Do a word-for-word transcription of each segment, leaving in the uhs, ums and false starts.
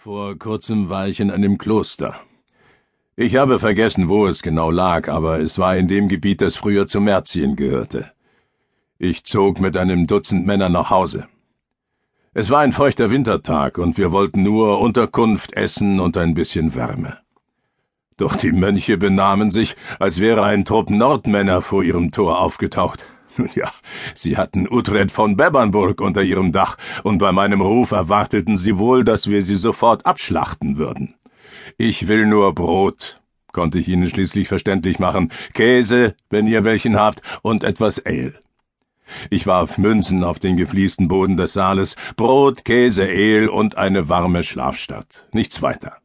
Vor kurzem war ich in einem Kloster. Ich habe vergessen, wo es genau lag, aber es war in dem Gebiet, das früher zu Märzien gehörte. Ich zog mit einem Dutzend Männern nach Hause. Es war ein feuchter Wintertag, und wir wollten nur Unterkunft, Essen und ein bisschen Wärme. Doch die Mönche benahmen sich, als wäre ein Trupp Nordmänner vor ihrem Tor aufgetaucht. Nun ja, sie hatten Uhtred von Bebbanburg unter ihrem Dach, und bei meinem Ruf erwarteten sie wohl, dass wir sie sofort abschlachten würden. »Ich will nur Brot«, konnte ich ihnen schließlich verständlich machen, »Käse, wenn ihr welchen habt, und etwas Ale.« Ich warf Münzen auf den gefliesten Boden des Saales, Brot, Käse, Ale und eine warme Schlafstatt. Nichts weiter.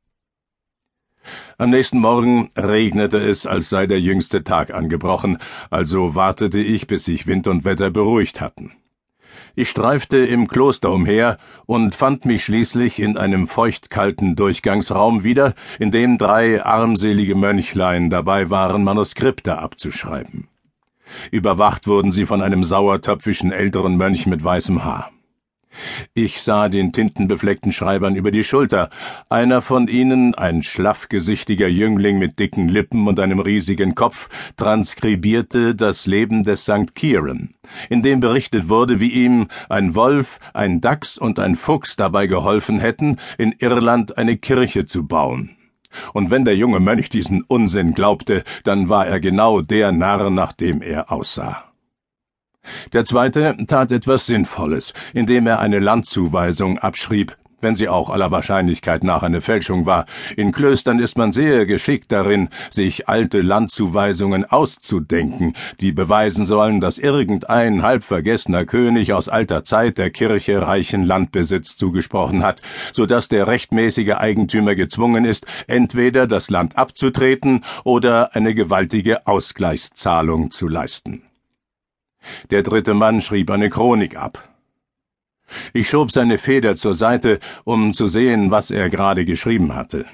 Am nächsten Morgen regnete es, als sei der jüngste Tag angebrochen, also wartete ich, bis sich Wind und Wetter beruhigt hatten. Ich streifte im Kloster umher und fand mich schließlich in einem feuchtkalten Durchgangsraum wieder, in dem drei armselige Mönchlein dabei waren, Manuskripte abzuschreiben. Überwacht wurden sie von einem sauertöpfischen älteren Mönch mit weißem Haar. Ich sah den tintenbefleckten Schreibern über die Schulter. Einer von ihnen, ein schlaffgesichtiger Jüngling mit dicken Lippen und einem riesigen Kopf, transkribierte das Leben des Sankt Kieran, in dem berichtet wurde, wie ihm ein Wolf, ein Dachs und ein Fuchs dabei geholfen hätten, in Irland eine Kirche zu bauen. Und wenn der junge Mönch diesen Unsinn glaubte, dann war er genau der Narr, nach dem er aussah. Der zweite tat etwas Sinnvolles, indem er eine Landzuweisung abschrieb, wenn sie auch aller Wahrscheinlichkeit nach eine Fälschung war. In Klöstern ist man sehr geschickt darin, sich alte Landzuweisungen auszudenken, die beweisen sollen, dass irgendein halbvergessener König aus alter Zeit der Kirche reichen Landbesitz zugesprochen hat, so dass der rechtmäßige Eigentümer gezwungen ist, entweder das Land abzutreten oder eine gewaltige Ausgleichszahlung zu leisten. Der dritte Mann schrieb eine Chronik ab. Ich schob seine Feder zur Seite, um zu sehen, was er gerade geschrieben hatte.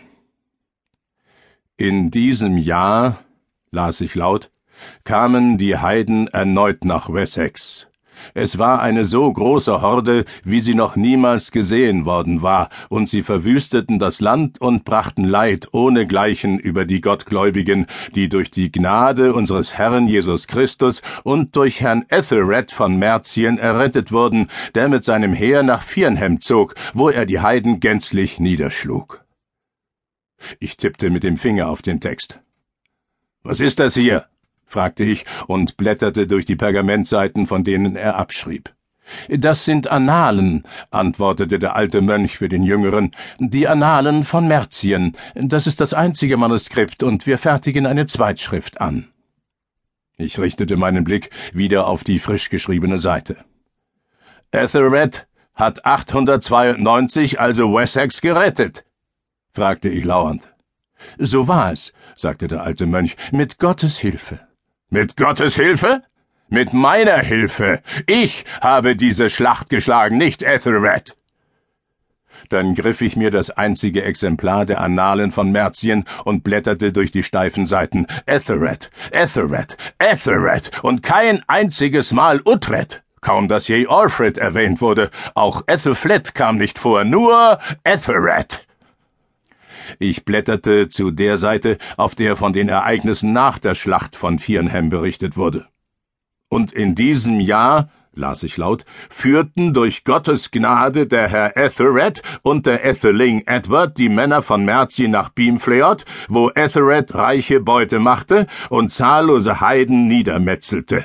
In diesem Jahr, las ich laut, kamen die Heiden erneut nach Wessex. Es war eine so große Horde, wie sie noch niemals gesehen worden war, und sie verwüsteten das Land und brachten Leid ohnegleichen über die Gottgläubigen, die durch die Gnade unseres Herrn Jesus Christus und durch Herrn Ethelred von Märzien errettet wurden, der mit seinem Heer nach Firnhem zog, wo er die Heiden gänzlich niederschlug. Ich tippte mit dem Finger auf den Text. »Was ist das hier?« fragte ich und blätterte durch die Pergamentseiten, von denen er abschrieb. »Das sind Annalen«, antwortete der alte Mönch für den Jüngeren, »die Annalen von Märzien. Das ist das einzige Manuskript, und wir fertigen eine Zweitschrift an.« Ich richtete meinen Blick wieder auf die frisch geschriebene Seite. »Ethelred hat achthundertzweiundneunzig also Wessex gerettet?« fragte ich lauernd. »So war es«, sagte der alte Mönch, »mit Gottes Hilfe.« »Mit Gottes Hilfe? Mit meiner Hilfe! Ich habe diese Schlacht geschlagen, nicht Ethelred!« Dann griff ich mir das einzige Exemplar der Annalen von Märzien und blätterte durch die steifen Seiten. Ethelred, Ethelred, Ethelred und kein einziges Mal Uhtred. Kaum, dass je Alfred erwähnt wurde. Auch Ethelfled kam nicht vor, nur Ethelred. Ich blätterte zu der Seite, auf der von den Ereignissen nach der Schlacht von Firnhem berichtet wurde. »Und in diesem Jahr«, las ich laut, »führten durch Gottes Gnade der Herr Ethelred und der Etheling Edward die Männer von Märzien nach Beamfleot, wo Ethelred reiche Beute machte und zahllose Heiden niedermetzelte.«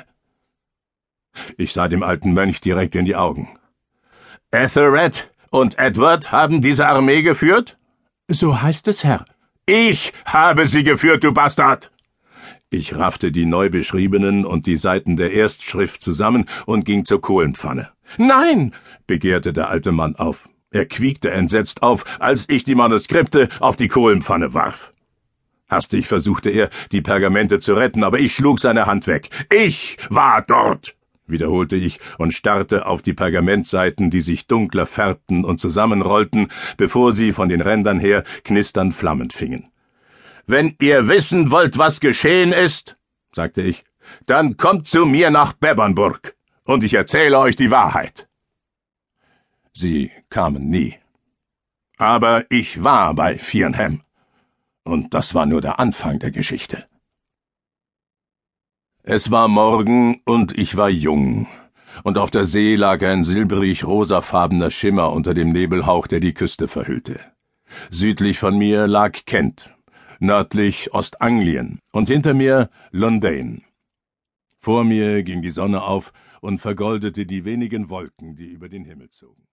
Ich sah dem alten Mönch direkt in die Augen. »Ethelred und Edward haben diese Armee geführt?« »So heißt es, Herr.« »Ich habe sie geführt, du Bastard!« Ich raffte die neu beschriebenen und die Seiten der Erstschrift zusammen und ging zur Kohlenpfanne. »Nein«, begehrte der alte Mann auf. Er quiekte entsetzt auf, als ich die Manuskripte auf die Kohlenpfanne warf. Hastig versuchte er, die Pergamente zu retten, aber ich schlug seine Hand weg. »Ich war dort«, wiederholte ich und starrte auf die Pergamentseiten, die sich dunkler färbten und zusammenrollten, bevor sie von den Rändern her knisternd flammend fingen. »Wenn ihr wissen wollt, was geschehen ist«, sagte ich, »dann kommt zu mir nach Bebbanburg, und ich erzähle euch die Wahrheit.« Sie kamen nie. Aber ich war bei Fearnham. Und das war nur der Anfang der Geschichte. Es war Morgen und ich war jung, und auf der See lag ein silbrig-rosafarbener Schimmer unter dem Nebelhauch, der die Küste verhüllte. Südlich von mir lag Kent, nördlich Ostanglien und hinter mir Londane. Vor mir ging die Sonne auf und vergoldete die wenigen Wolken, die über den Himmel zogen.